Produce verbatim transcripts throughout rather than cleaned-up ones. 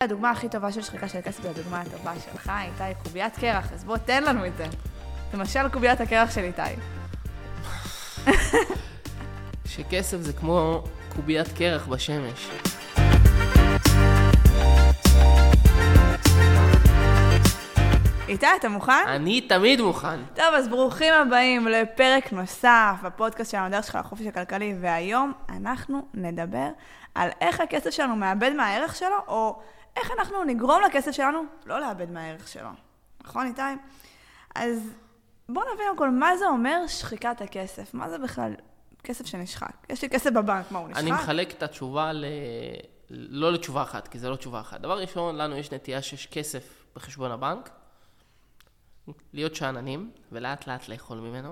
הדוגמה הכי טובה של שחיקה של כסף, זה הדוגמה הטובה שלך, איתי, קוביית קרח, אז בוא תן לנו את זה. למשל קוביית הקרח של איתי. שכסף זה כמו קוביית קרח בשמש. איתי, אתה מוכן? אני תמיד מוכן. טוב, אז ברוכים הבאים לפרק נוסף בפודקאסט שלנו, דרך שלך לחופש הכלכלי, והיום אנחנו נדבר על איך הכסף שלנו מאבד מהערך שלו, או איך אנחנו נגרום לכסף שלנו לא לאבד מהערך שלו. נכון, איתי? אז בואו נבין כל מה זה אומר שחיקת הכסף. מה זה בכלל כסף שנשחק? יש לי כסף בבנק, מה הוא נשחק? אני מחלק את התשובה ל... לא לתשובה אחת, כי זה לא תשובה אחת. דבר ראשון, לנו יש נטייה שיש כסף בחשבון הבנק, להיות שעננים, ולאט לאט לאכול ממנו,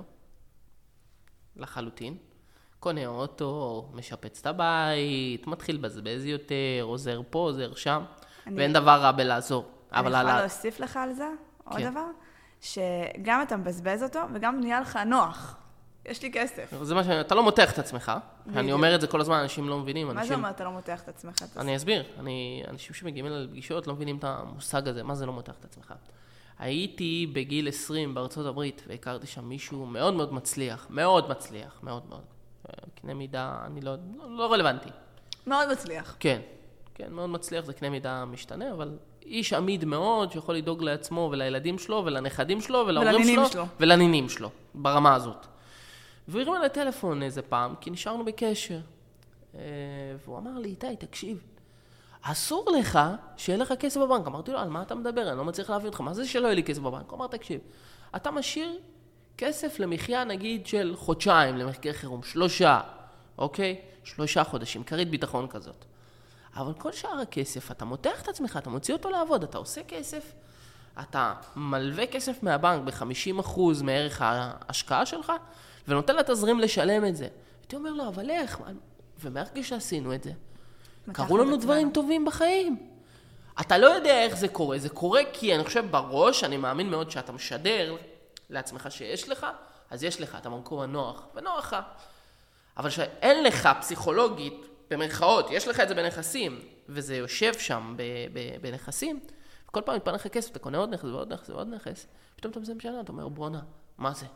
לחלוטין. קונה אוטו, משפץ את הבית, מתחיל בזבז יותר, עוזר פה, עוזר שם, אני... ואין דבר רע בלעזור. אני יכולה על... להוסיף לך על זה עוד כן. דבר, שגם אתה מבזבז אותו, וגם נהיה לך נוח. יש לי כסף. זה מה ש... אתה לא מותח את עצמך. אני אומר את זה כל הזמן, אנשים לא מבינים. מה אנשים... זה אומר, אתה לא מותח את עצמך? אני אסביר. אני... אנשים שמגיעים אליי לפגישות לא מבינים את המושג הזה. מה זה לא מותח את עצמך? הייתי בגיל עשרים בארצות הברית, והכרתי שם מישהו מאוד מאוד מצליח. מאוד מצליח. מאוד מאוד. קנה מידה, אני לא... לא, לא רלוונטי. מאוד מצליח. כן. כן, מאוד מצליח. זה קנה מידה משתנה, אבל איש עמיד מאוד, שיכול לדאוג לעצמו ולילדים שלו, ולנכדים שלו, ולהורים שלו, שלו. ולנינים שלו. ברמה הזאת. והוא הרים על הטלפון איזה פעם, כי נשארנו בקשר. והוא אמר לי, איתי, תקשיב, אסור לך שיהיה לך כסף בבנק. אמרתי לו, על מה אתה מדבר? אני לא מצליח להבין אותך. מה זה שלא יהיה לי כסף בבנק? הוא אמר, תקשיב, אתה משאיר כסף למחיה, נגיד, של חודשיים, למחקר חירום, שלושה, אוקיי? שלושה חודשים, כרית ביטחון כזאת. אבל כל שאר הכסף, אתה מותח את עצמך, אתה מוציא אותו לעבוד, אתה עושה כסף, אתה מלווה כסף מהבנק ב-חמישים אחוז מערך ההשקעה שלך, ונותן לתזרים לשלם את זה. הייתי אומר לו, אבל איך? ומהרגע שעשינו את זה, קראו לנו דברים טובים בחיים. אתה לא יודע איך זה קורה. זה קורה כי אני חושב בראש, אני מאמין מאוד שאתה משדר לעצמך שיש לך, אז יש לך, אתה במקום הנוח, ונוח לך. אבל שאין לך פסיכולוגית, במרכאות, יש לך את זה בנכסים, וזה יושב שם בנכסים, וכל פעם מתפנה לך כסף, אתה קונה עוד נכס ועוד נכס ועוד נכס, פתאום אתה מזמן שאלה, אתה אומר, בונה, מה זה?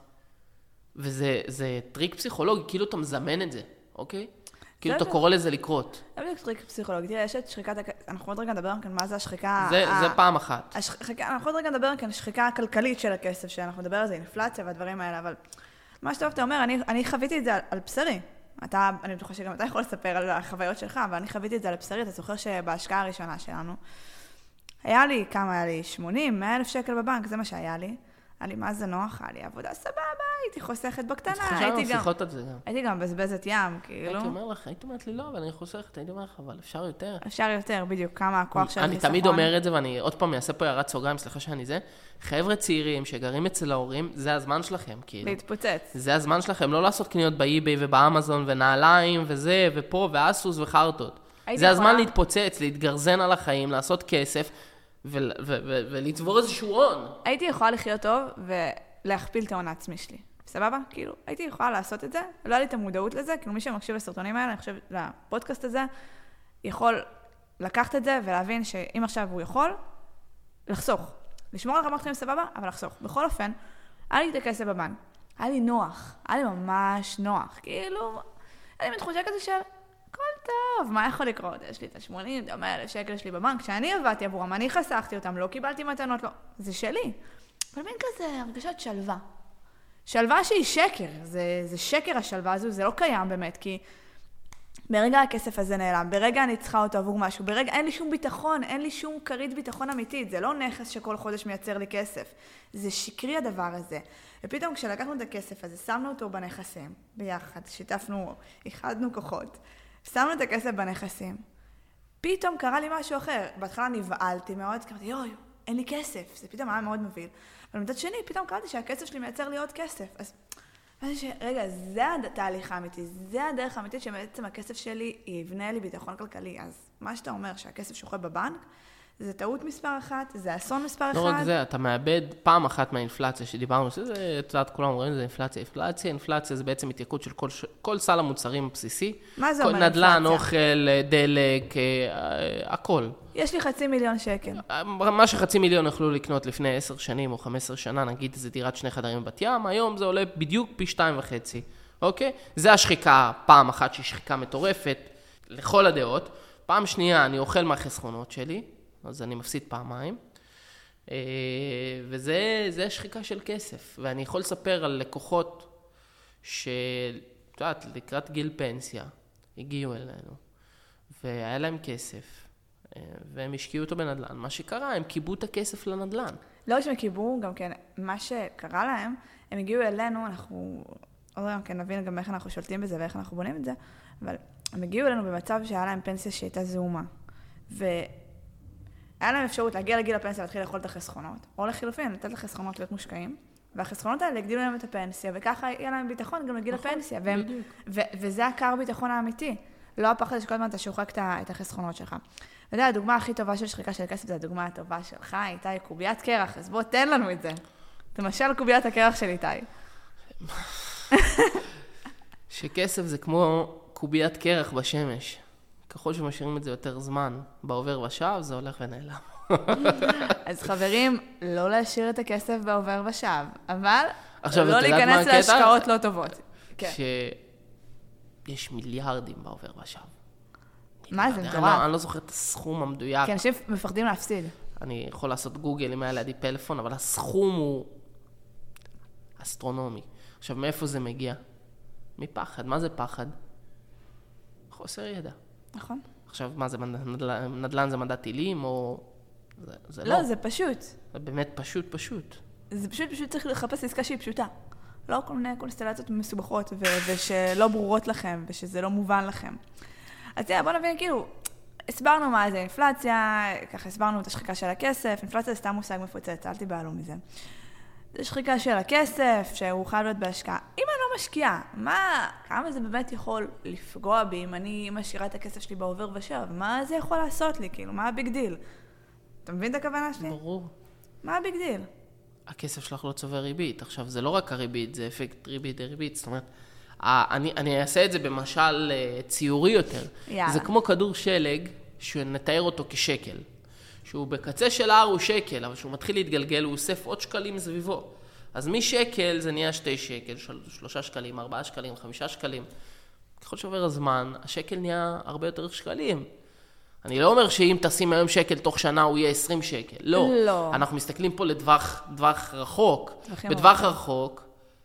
וזה זה טריק פסיכולוגי, כאילו אתה מזמן את זה, אוקיי? כאילו אתה קורא לזה לקרות. זה בדיוק טריק פסיכולוגי. תראה, יש את שחיקת... אנחנו עוד רגע נדבר כאן מה זה השחיקה... זה פעם אחת. אנחנו עוד רגע נדבר כאן השחיקה הכלכלית של הכסף, שאנחנו נדבר על זה, אינפלציה והדברים האלה, אבל מה שטוב, אתה אומר, אני חוויתי את זה על בשרי. אתה, אני בטוחה שגם אתה יכול לספר על החוויות שלך, אבל אני חוויתי את זה על בשרי. אתה זוכר שבהשקעה הראשונה שלנו, היה לי כמה, היה לי שמונים, מאה אלף שקל בבנק, זה מה שהיה לי. היה לי מה זה נוח, היה לי עבודה סבבה, הייתי חוסכת בקטנה, הייתי גם, הייתי גם בזבזת ים, כאילו. הייתי אומר לך, הייתי אומרת לי לא, אבל אני חוסכת, הייתי אומר לך, אבל אפשר יותר. אפשר יותר, בדיוק, כמה הכוח של החיסכון. אני תמיד אומר את זה, ואני עוד פעם אעשה פה הערת סוגריים, סליחה שאני זה, חבר'ה צעירים שגרים אצל ההורים, זה הזמן שלכם, כאילו. להתפוצץ. זה הזמן שלכם, לא לעשות קניות באי-ביי ובאמזון ונעליים וזה, ופה, ואסוס וחרטות. זה הזמן להתפוצץ, להתגרזן על החיים, לעשות כסף, ולצבור איזשהו הון. הייתי יכולה לחיות טוב ולהכפיל את ההון העצמי שלי. סבבה? כאילו, הייתי יכולה לעשות את זה, לא היה לי את המודעות לזה, כאילו מי שמקשיב לסרטונים האלה, אני חושב לפודקאסט הזה, יכול לקחת את זה ולהבין שאם עכשיו הוא יכול, לחסוך. לשמור על רמת חיים סבבה, אבל לחסוך. בכל אופן, היה לי את הכסף בבנק. היה לי נוח. היה לי ממש נוח. כאילו, היה לי מתחושה כזה של... הכל טוב, מה יכול לקרות? יש לי את ה-שמונים, מאה אלף שקל שלי בבנק, שאני עבדתי עבורם, אני חסכתי אותם, לא קיבלתי מתנות, לא. זה שלי. אבל מין כזה הרגשת שלווה. שלווה שהיא שקר. זה, זה שקר השלווה הזו, זה לא קיים באמת, כי ברגע הכסף הזה נעלם, ברגע אני צריכה אותו עבור משהו, ברגע אין לי שום ביטחון, אין לי שום כרית ביטחון אמיתית, זה לא נכס שכל חודש מייצר לי כסף. זה שקרי הדבר הזה. ופתאום כשלקחנו את הכסף הזה, שמנו אותו בנכסים, ביחד, שיתפנו, איחדנו כוחות. שמנו את הכסף בנכסים, פתאום קרה לי משהו אחר. בהתחלה נבעלתי מאוד, קראתי, יוי, אין לי כסף. זה פתאום היה מאוד מוביל. אבל מצד שני, פתאום קראתי שהכסף שלי מייצר לי עוד כסף. אז, אז ש... רגע, זה התהליך האמיתי, זה הדרך האמיתית שבעצם הכסף שלי יבנה לי ביטחון כלכלי. אז מה שאתה אומר, שהכסף שוכב בבנק, זה טעות מספר אחת, זה אסון מספר לא אחד. רק זה, אתה מאבד פעם אחת מהאינפלציה שדיברנו, שזה, את יודעת, כולם אומרים, זה אינפלציה, אינפלציה, אינפלציה זה בעצם התייקרות של כל, כל סל המוצרים הבסיסי. מה זה אומר אינפלציה? נדל"ן, אוכל, דלק, הכל. יש לי חצי מיליון שקל. מה שחצי מיליון יכלו לקנות לפני עשר שנים או חמש עשרה שנה, נגיד איזה דירת שני חדרים בבת ים, היום זה עולה בדיוק פי שתיים וחצי, אוקיי? זה השחיקה פעם אחת שהיא שחיקה מטורפת לכל הדעות. פעם שנייה אני אוכל מהחסכונות שלי, אז אני מפסיד פעמיים, וזה זה שחיקה של כסף. ואני יכול לספר על לקוחות שאת יודעת, לקראת גיל פנסיה, הגיעו אלינו, והיה להם כסף, והם השקיעו אותו בנדל"ן. מה שקרה, הם קיבו את הכסף לנדל"ן. לא שהם קיבו, גם כן, מה שקרה להם, הם הגיעו אלינו, אנחנו, עוד גם כן נבין גם איך אנחנו שולטים בזה ואיך אנחנו בונים את זה, אבל הם הגיעו אלינו במצב שהיה להם פנסיה שהייתה זהומה. והיה להם אפשרות להגיע לגיל הפנסיה, להתחיל לאכול את החסכונות, או לחילופין, לתת לחסכונות להיות מושקעים, והחסכונות האלה הגדילו להם את הפנסיה, וככה יהיה להם ביטחון גם לגיל הפנסיה. והם, ו- וזה הקר ביטחון האמיתי. לא הפחד שכל הזמן אתה שוחק את החסכונות שלך. אתה יודע, הדוגמה הכי טובה של שחיקה של כסף, זה הדוגמה הטובה שלך, איתי, קוביית קרח, אז בוא תן לנו את זה. תמשל קוביית הקרח של איתי. שכסף זה כמו קוביית קרח בשמש. ככל שמשאירים את זה יותר זמן בעובר ושב, זה הולך ונעלם. אז חברים, לא להשאיר את הכסף בעובר ושב, אבל עכשיו, לא להיכנס להשקעות לא טובות. כן. שיש מיליארדים בעובר ושב. מה זה? אני לא, אני לא זוכר את הסכום המדויק. כי אנשים מפחדים להפסיד. אני יכול לעשות גוגל אם היה לידי פלאפון, אבל הסכום הוא אסטרונומי. עכשיו, מאיפה זה מגיע? מפחד. מה זה פחד? חוסר ידע. נכון. עכשיו, מה זה, נדל"ן, נדל"ן זה מדע טילים, או... זה, זה לא, לא. זה פשוט. זה באמת פשוט, פשוט. זה פשוט, פשוט צריך לחפש עסקה שהיא פשוטה. לא כל מיני קונסטלציות מסובכות, ו- ושלא ברורות לכם, ושזה לא מובן לכם. אז תראה, בוא נבין, כאילו, הסברנו מה זה אינפלציה, ככה הסברנו את השחיקה של הכסף, אינפלציה זה סתם מושג מפוצץ, אל תיבהלו מזה. זה שחיקה של הכסף, שהוא חייב להיות בהשקעה. אם אני לא משקיעה, מה, כמה זה באמת יכול לפגוע בי אם אני משאירה את הכסף שלי בעובר ושב? מה זה יכול לעשות לי? כאילו, מה הביג דיל? אתה מבין את הכוונה שלי? ברור. מה הביג דיל? הכסף שלך לא צובר ריבית. עכשיו, זה לא רק הריבית, זה אפקט ריבית דריבית. זאת אומרת, אני, אני אעשה את זה במשל ציורי יותר. יאללה. זה כמו כדור שלג, שנתאר אותו כשקל. שהוא בקצה של ההר הוא שקל, אבל כשהוא מתחיל להתגלגל, הוא אוסף עוד שקלים סביבו. אז משקל זה נהיה שתי שקל, של, שלושה שקלים, ארבעה שקלים, חמישה שקלים. ככל שעובר הזמן, השקל נהיה הרבה יותר שקלים. אני לא אומר שאם תשים היום שקל תוך שנה הוא יהיה עשרים שקל. לא. לא. אנחנו מסתכלים פה לדווח דווח רחוק. בדווח רחוק,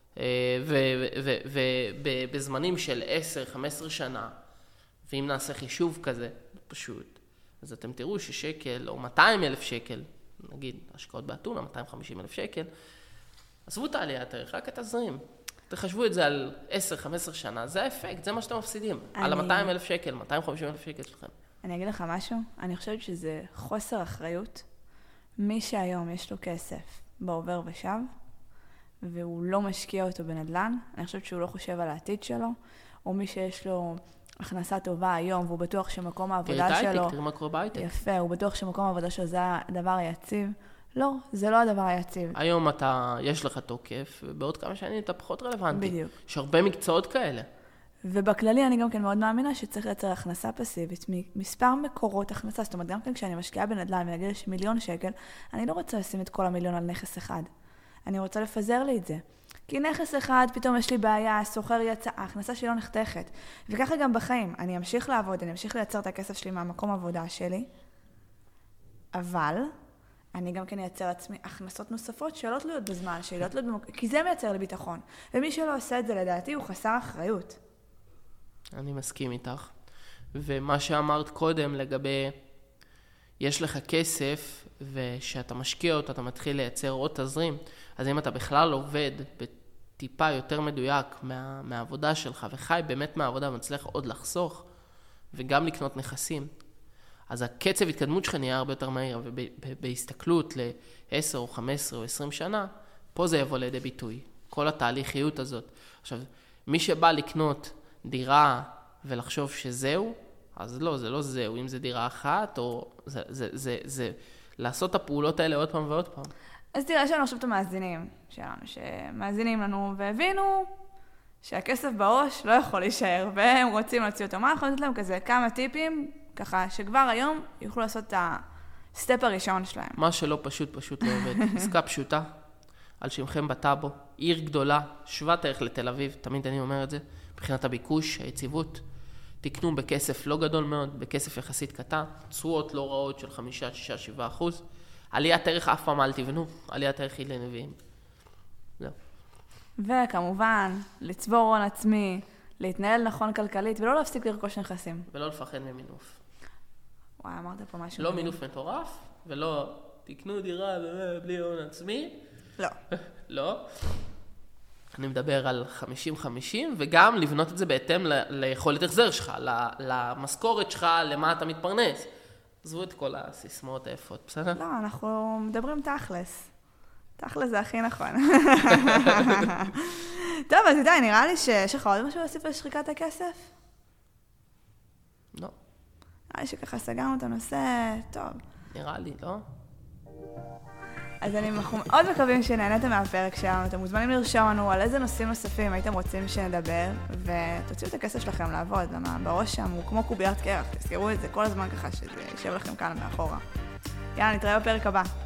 ובזמנים של עשר חמש עשרה שנה, ואם נעשה חישוב כזה, פשוט, אז אתם תראו ששקל או מאתיים אלף שקל, נגיד השקעות באתונה, מאתיים וחמישים אלף שקל, עזבו את העלייה התאריך, רק התזרים. תחשבו את זה על עשר חמש עשרה שנה, זה האפקט, זה מה שאתם מפסידים. אני... על ה-מאתיים אלף שקל, מאתיים וחמישים אלף שקל שלכם. אני אגיד לך משהו, אני חושבת שזה חוסר אחריות. מי שהיום יש לו כסף בעובר ושב, והוא לא משקיע אותו בנדל"ן, אני חושבת שהוא לא חושב על העתיד שלו, או מי שיש לו הכנסה טובה היום, והוא בטוח שמקום העבודה שלו... תראי את הייטק, תראי מה קורה בהייטק. יפה, הוא בטוח שמקום העבודה שלו זה הדבר היציב. לא, זה לא הדבר היציב. היום אתה, יש לך תוקף, ובעוד כמה שנים אתה פחות רלוונטי. בדיוק. יש הרבה מקצועות כאלה. ובכללי אני גם כן מאוד מאמינה שצריך לייצר הכנסה פסיבית, מספר מקורות הכנסה. זאת אומרת, גם כן כשאני משקיעה בנדל"ן ונגיד יש מיליון שקל, אני לא רוצה לשים את כל המיליון על נכס אחד. אני רוצה לפזר לי את זה. כי נכס אחד, פתאום יש לי בעיה, סוחר יצא, ההכנסה שלי לא נחתכת. וככה גם בחיים, אני אמשיך לעבוד, אני אמשיך לייצר את הכסף שלי מהמקום עבודה שלי, אבל אני גם כן אייצר עצמי הכנסות נוספות שלא תלויות בזמן, שלא תלויות במק... כי זה מייצר לי ביטחון. ומי שלא עושה את זה לדעתי הוא חסר אחריות. אני מסכים איתך. ומה שאמרת קודם לגבי, יש לך כסף, ושאתה משקיע אותו, אתה מתחיל לייצר עוד תזרים, אז אם אתה בכלל עובד בטיפה יותר מדויק מה, מהעבודה שלך, וחי באמת מהעבודה ומצליח עוד לחסוך, וגם לקנות נכסים, אז הקצב התקדמות שלך נהיה הרבה יותר מהיר, ובהסתכלות ל-עשר או חמש עשרה או עשרים שנה, פה זה יבוא לידי ביטוי. כל התהליכיות הזאת. עכשיו, מי שבא לקנות דירה ולחשוב שזהו, אז לא, זה לא זהו, אם זה דירה אחת, או זה, זה, זה, זה לעשות את הפעולות האלה עוד פעם ועוד פעם. אז תראה, יש לנו עכשיו את המאזינים שלנו, שמאזינים לנו והבינו שהכסף בראש לא יכול להישאר, והם רוצים להוציא אותו. מה אנחנו לתת להם כזה? כמה טיפים, ככה שכבר היום יוכלו לעשות את הסטפ הראשון שלהם. מה שלא פשוט, פשוט לא עובד. עסקה פשוטה, על שמכם בטאבו, עיר גדולה, שוות ערך לתל אביב, תמיד אני אומר את זה, מבחינת הביקוש, היציבות, תקנו בכסף לא גדול מאוד, בכסף יחסית קטן, תשואות לא רעות של חמישה, שישה, שבעה אחוז, עליית ערך אף פעם אל תבנו, עליית ערך היא לנביאים. זהו. וכמובן, לצבור הון עצמי, להתנהל נכון כלכלית, ולא להפסיק לרכוש נכסים. ולא לפחד ממינוף. וואי, אמרת פה משהו. לא מינוף מטורף, ולא תקנו דירה בלי הון עצמי. לא. לא. אני מדבר על חמישים חמישים, וגם לבנות את זה בהתאם ל- ליכולת החזר שלך, למשכורת שלך, למה אתה מתפרנס. עזבו את כל הסיסמאות היפות, בסדר? לא, אנחנו מדברים תכלס. תכלס זה הכי נכון. טוב, אז די, נראה לי שיש לך עוד משהו להוסיף לשחיקת הכסף? לא. נראה לי שככה סגרנו את הנושא, טוב. נראה לי, לא? אז אני אנחנו מאוד מקווים שנהנתם מהפרק שלנו. אתם מוזמנים לרשום לנו על איזה נושאים נוספים הייתם רוצים שנדבר, ותוציאו את הכסף שלכם לעבוד, למה בראש שם הוא כמו קוביית קרח, תזכרו את זה כל הזמן ככה שזה יישב לכם כאן מאחורה. יאללה, נתראה בפרק הבא.